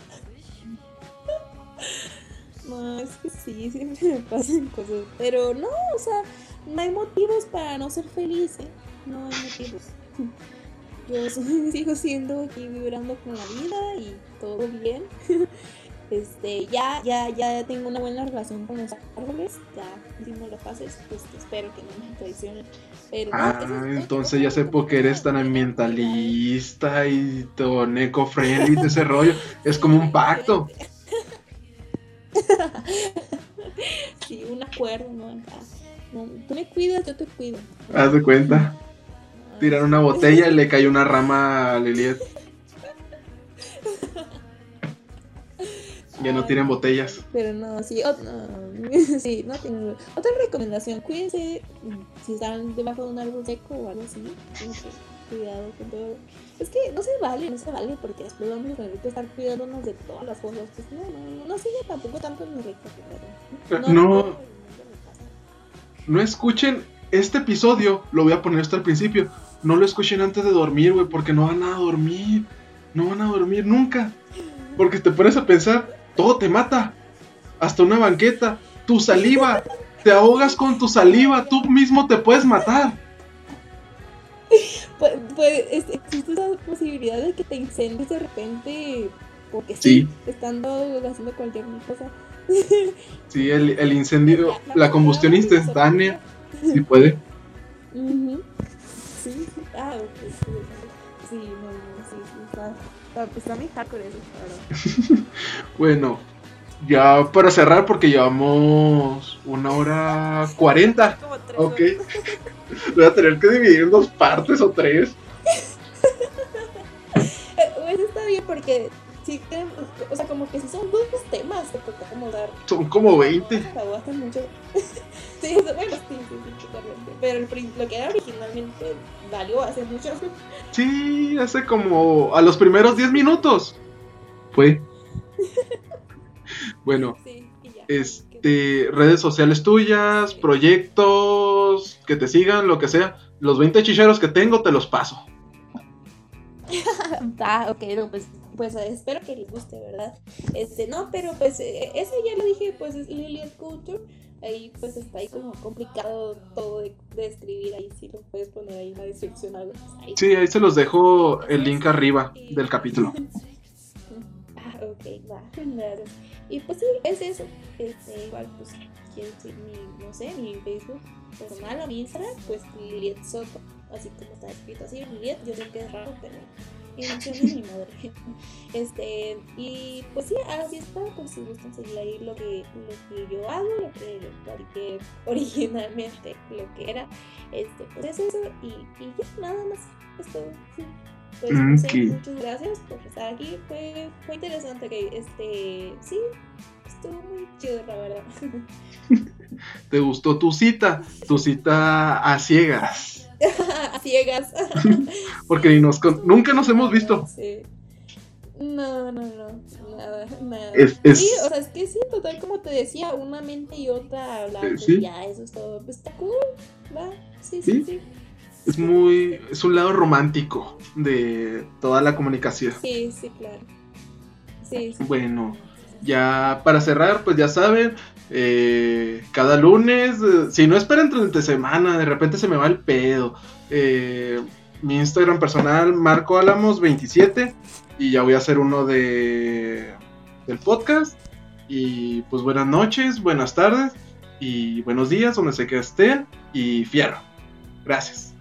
No, es que sí, siempre me pasan cosas. Pero no, o sea, no hay motivos para no ser feliz, ¿eh? No hay motivos. Yo sigo siendo aquí vibrando con la vida y todo bien. Ya tengo una buena relación con los árboles. Ya, si no lo pases, pues espero que no me traicionen. Pero entonces ya sé por qué eres tan ambientalista y tan eco-friendly de ese rollo. Es como un pacto. Sí, un acuerdo, ¿no? Acá. No, tú me cuidas, yo te cuido. Haz de cuenta. Tiran una botella y le cae una rama a Liliet. Ya no tienen botellas. Pero no, sí, sí, no tienen. Otra recomendación, cuídense si están debajo de un árbol seco o algo así. Cuidado con todo. Es que no se vale, porque después vamos a tener que estar cuidándonos de todas las cosas. Pues no sigue tampoco tanto mi recomendación. No escuchen este episodio, lo voy a poner hasta el principio. No lo escuchen antes de dormir, güey, porque no van a dormir. No van a dormir nunca. Porque te pones a pensar, todo te mata. Hasta una banqueta, tu saliva. Te ahogas con tu saliva, tú mismo te puedes matar. Pues existe esa posibilidad de que te incendies de repente porque sí, estando haciendo cualquier cosa. Sí, el incendio, la combustión instantánea, sí puede. Uh-huh. Sí. Okay. Sí, está muy hardcore eso, claro. Bueno, ya para cerrar, porque llevamos 1:40. Ok. Voy a tener que dividir en 2 partes o 3. Pues está bien porque sí, o sea, como que sí son 2 temas que toca como dar. Son como 20. Mucho. Sí, bueno, sí, totalmente. Pero lo que era originalmente valió hace mucho. Sí, hace como a los primeros 10 minutos. Fue. Bueno, sí, redes sociales tuyas, proyectos, que te sigan, lo que sea. Los 20 chicheros que tengo te los paso. Ok, no, pues espero que les guste, ¿verdad? No, pero pues ese ya lo dije, pues es Liliet Couture. Ahí pues está ahí como complicado todo de escribir, ahí sí lo puedes poner ahí en la descripción algo. Ahí. Sí, ahí se los dejo el link arriba del capítulo. Ok, va, gracias. Y pues sí, es eso. Igual pues quieren mi Facebook personal o mi Instagram, pues Liliet Soto, así como está escrito así, Liliet, yo sé que es raro, pero mencioné mi madre. Y pues sí, así está, pues si gustan seguir ahí lo que yo hago, lo que platiqué originalmente, lo que era, pues es eso, y ya, nada más, es todo. Pues muchas gracias por estar aquí, fue interesante, que sí, estuvo muy chido, la verdad. ¿Te gustó tu cita? Tu cita a ciegas. A ciegas. Porque nunca nos hemos visto. Sí. No, nada. Sí, o sea, es que sí, total, como te decía, una mente y otra hablando, ¿sí? Ya, eso es todo, pues está cool, va, sí. Es un lado romántico de toda la comunicación. Sí, claro. Sí. Bueno, ya para cerrar, pues ya saben, cada lunes, si no esperan entre semana, de repente se me va el pedo. Mi Instagram personal, MarcoAlamos27, y ya voy a hacer uno del podcast. Y pues buenas noches, buenas tardes y buenos días, donde sea que estén, y fierro. Gracias.